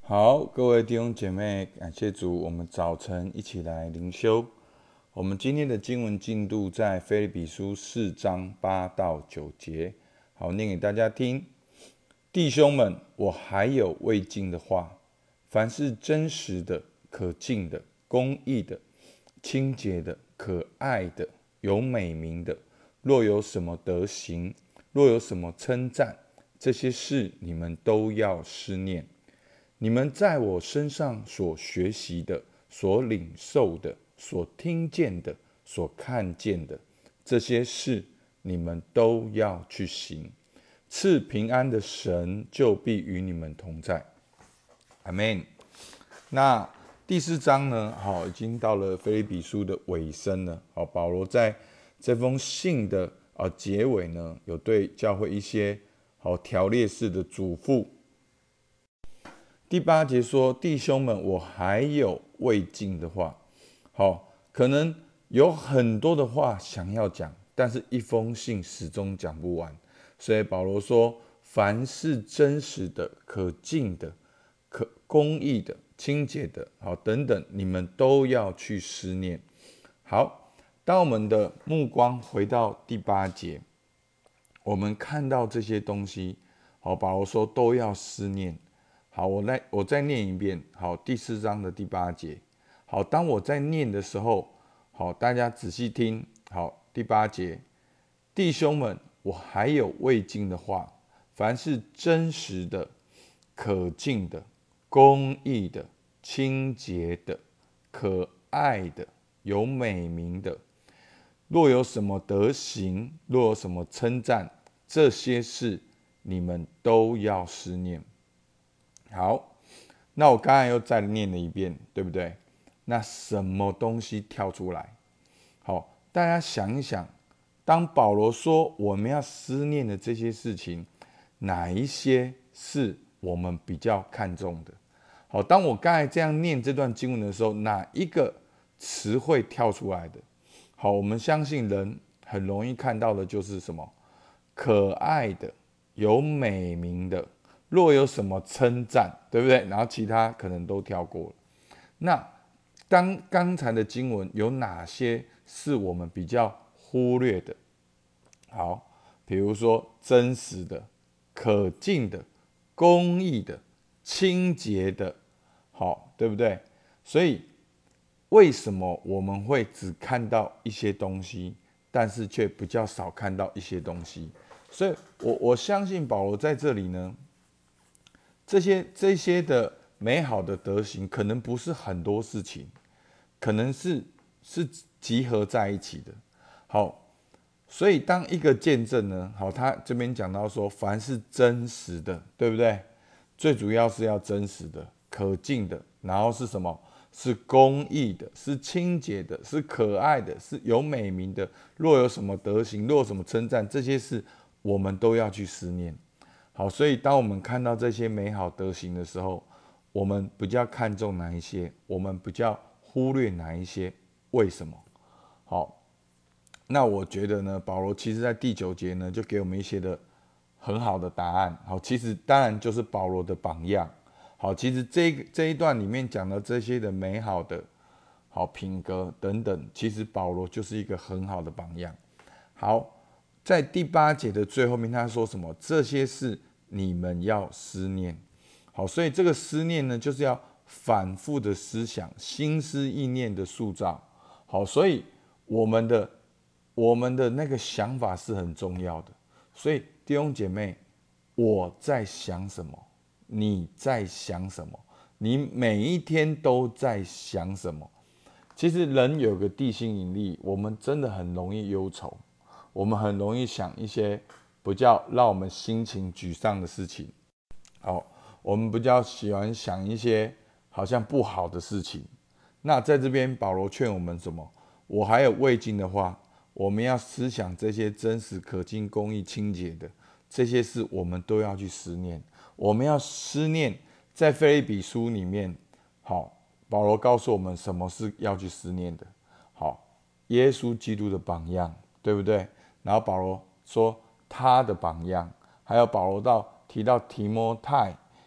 好，各位弟兄姐妹，感谢主，我们早晨一起来灵修。我们今天的经文进度在腓立比书4章8到9节。好，念给大家听。弟兄们，我还有未尽的话，凡是真实的、可敬的、公义的、清洁的、可爱的、有美名的，若有什么德行，若有什么称赞，这些事你们都要思念。你们在我身上所学习的、所领受的、所听见的、所看见的，这些事你们都要去行。赐平安的神就必与你们同在。阿们。那第4章呢？好，已经到了腓立比书的尾声了。好，保罗在这封信的结尾呢，有对教会一些条列式的嘱咐。第8节说：“弟兄们，我还有未尽的话。”好，可能有很多的话想要讲，但是一封信始终讲不完。所以保罗说：“凡是真实的、可敬的、可公义的、清洁的，好等等，你们都要去思念。”好，当我们的目光回到第8节，我们看到这些东西，好，保罗说都要思念。好，我再念一遍。好，第4章的第8节。好，当我在念的时候，好，大家仔细听。好，第8节，弟兄们，我还有未尽的话，凡是真实的、可敬的、公义的、清洁的、可爱的、有美名的，若有什么德行，若有什么称赞，这些事你们都要思念。好，那我刚才又再念了一遍，对不对？那什么东西跳出来？好，大家想一想，当保罗说我们要思念的这些事情，哪一些是我们比较看重的？好，当我刚才这样念这段经文的时候，哪一个词汇跳出来的？好，我们相信人很容易看到的就是什么？可爱的、有美名的，若有什么称赞，对不对？然后其他可能都跳过了。那刚才的经文有哪些是我们比较忽略的？好，比如说真实的、可敬的、公义的、清洁的，好，对不对？所以为什么我们会只看到一些东西，但是却比较少看到一些东西？所以我相信保罗在这里呢，这些的美好的德行，可能不是很多事情，可能是集合在一起的。好，所以当一个见证呢，好，他这边讲到说，凡是真实的，对不对？最主要是要真实的、可敬的，然后是什么？是公义的，是清洁的，是可爱的，是有美名的。若有什么德行，若有什么称赞，这些事我们都要去思念。好，所以当我们看到这些美好德行的时候，我们比较看重哪一些？我们比较忽略哪一些？为什么？好，那我觉得呢，保罗其实在第9节呢，就给我们一些的很好的答案。好，其实当然就是保罗的榜样。好，其实这一段里面讲的这些的美好的好品格等等，其实保罗就是一个很好的榜样。好，在第8节的最后面，他说什么？这些事你们要思念。好，所以这个思念呢，就是要反复的思想，心思意念的塑造。好，所以我们的那个想法是很重要的。所以弟兄姐妹，我在想什么？你在想什么？你每一天都在想什么？其实人有个地心引力，我们真的很容易忧愁，我们很容易想一些比较让我们心情沮丧的事情。好，我们比较喜欢想一些好像不好的事情。那在这边，保罗劝我们什么？我还有未尽的话，我们要思想这些真实、可敬、公义、清洁的这些事，我们都要去思念。我们要思念，在腓立比书里面，好，保罗告诉我们什么是要去思念的。好，耶稣基督的榜样，对不对？然后保罗说他的榜样，还有保罗提到提摩太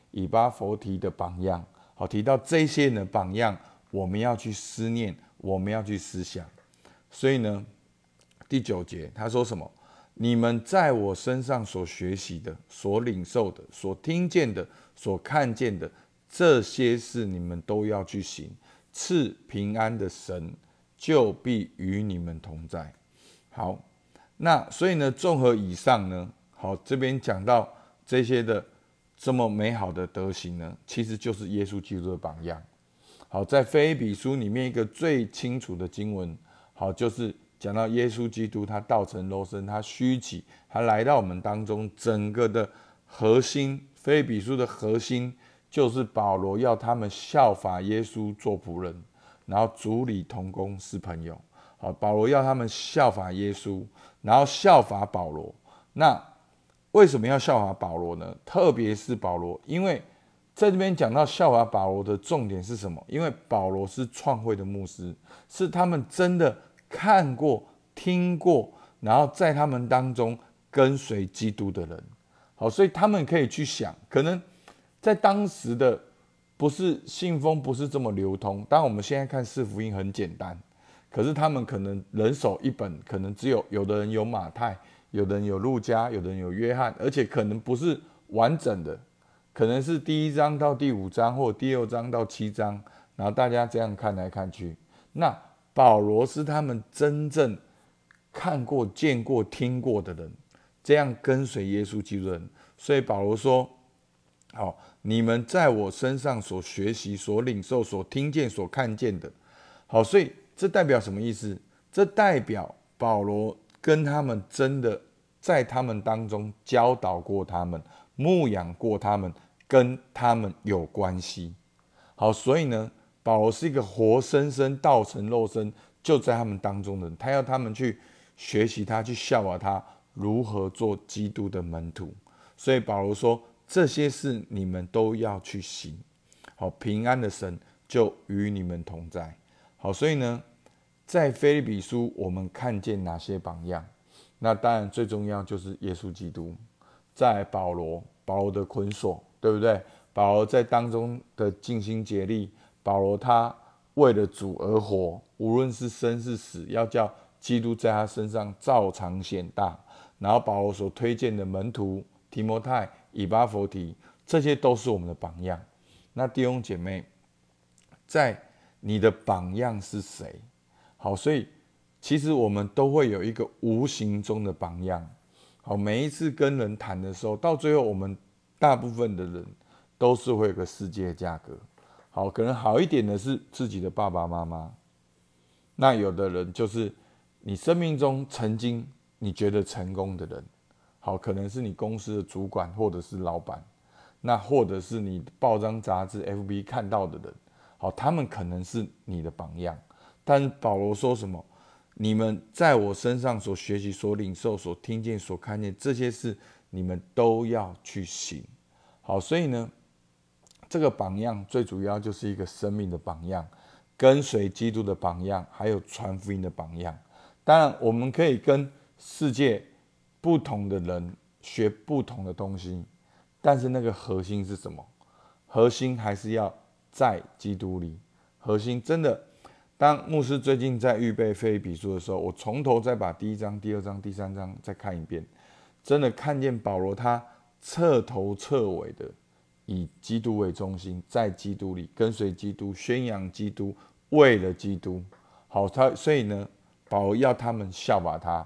以巴弗提的榜样。好，提到这些人的榜样，我们要去思念，我们要去思想。所以呢，第9节他说什么？你们在我身上所学习的、所领受的、所听见的、所看见的，这些事你们都要去行。赐平安的神就必与你们同在。好，那所以呢，综合以上呢，好，这边讲到这些的这么美好的德行呢，其实就是耶稣基督的榜样。好，在腓立比书里面一个最清楚的经文，好，就是讲到耶稣基督他道成肉身，他虚己，他来到我们当中，整个的核心，腓立比书的核心就是保罗要他们效法耶稣做仆人，然后主理同工是朋友。好，保罗要他们效法耶稣，然后效法保罗。那为什么要效法保罗呢？特别是保罗，因为在这边讲到效法保罗的重点是什么？因为保罗是创会的牧师，是他们真的看过、听过，然后在他们当中跟随基督的人。好，所以他们可以去想，可能在当时的不是信封不是这么流通，当然我们现在看四福音很简单，可是他们可能人手一本，可能只有的人有马太，有的人有路加，有的人有约翰，而且可能不是完整的，可能是第1章到第5章，或第6章到7章，然后大家这样看来看去。那保罗是他们真正看过、见过、听过的人，这样跟随耶稣基督的人。所以保罗说：“好，你们在我身上所学习、所领受、所听见、所看见的。”好，所以这代表什么意思？这代表保罗跟他们真的在他们当中教导过他们，牧养过他们，跟他们有关系。好，所以呢，保罗是一个活生生道成肉身就在他们当中的人，他要他们去学习他，去效法他如何做基督的门徒。所以保罗说，这些事你们都要去行。好，平安的神就与你们同在。好，所以呢，在腓立比书我们看见哪些榜样？那当然最重要就是耶稣基督。在保罗的捆锁，对不对？保罗在当中的尽心竭力，保罗他为了主而活，无论是生是死，要叫基督在他身上照常显大。然后保罗所推荐的门徒提摩太、以巴弗提，这些都是我们的榜样。那弟兄姐妹，在你的榜样是谁？好，所以其实我们都会有一个无形中的榜样。好，每一次跟人谈的时候，到最后我们大部分的人都是会有个世界价格。好，可能好一点的是自己的爸爸妈妈，那有的人就是你生命中曾经你觉得成功的人，好，可能是你公司的主管或者是老板，那或者是你报章杂志 FB 看到的人，好，他们可能是你的榜样。但保罗说什么？你们在我身上所学习、所领受、所听见、所看见，这些事你们都要去行。好，所以呢，这个榜样最主要就是一个生命的榜样，跟随基督的榜样，还有传福音的榜样。当然，我们可以跟世界不同的人学不同的东西，但是那个核心是什么？核心还是要在基督里。核心真的。当牧师最近在预备腓立比书的时候，我从头再把第1章、第2章、第3章再看一遍，真的看见保罗他彻头彻尾的以基督为中心，在基督里跟随基督，宣扬基督，为了基督。好，所以呢，保罗要他们效法他，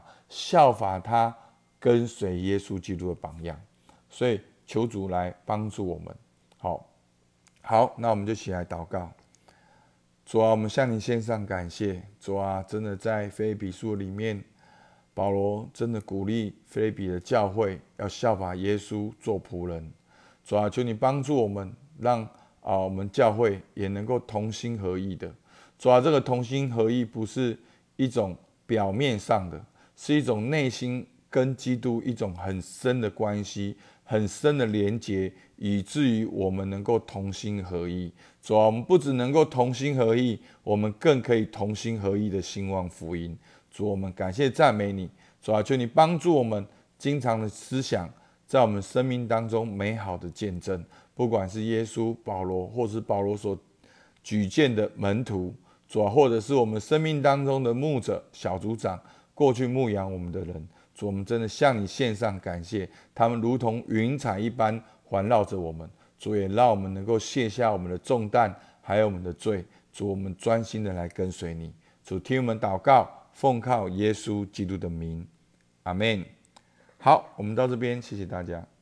跟随耶稣基督的榜样。所以求主来帮助我们。好，那我们就一起来祷告。主啊，我们向你献上感谢。主啊，真的在腓立比书里面，保罗真的鼓励腓立比的教会要效法耶稣做仆人。主啊，求你帮助我们，让我们教会也能够同心合意的。主啊，这个同心合意不是一种表面上的，是一种内心跟基督一种很深的关系，很深的连结，以至于我们能够同心合意。主啊，我们不只能够同心合意，我们更可以同心合意的兴旺福音。主，我们感谢赞美你。主啊，求你帮助我们经常的思想，在我们生命当中美好的见证， 不管是耶稣、保罗，或是保罗所举荐的门徒，主啊，或者是我们生命当中的牧者、小组长，过去牧养我们的人，主，我们真的向你献上感谢，他们如同云彩一般环绕着我们。主也让我们能够卸下我们的重担，还有我们的罪。主，我们专心的来跟随你。主，听我们祷告，奉靠耶稣基督的名，阿们。好，我们到这边，谢谢大家。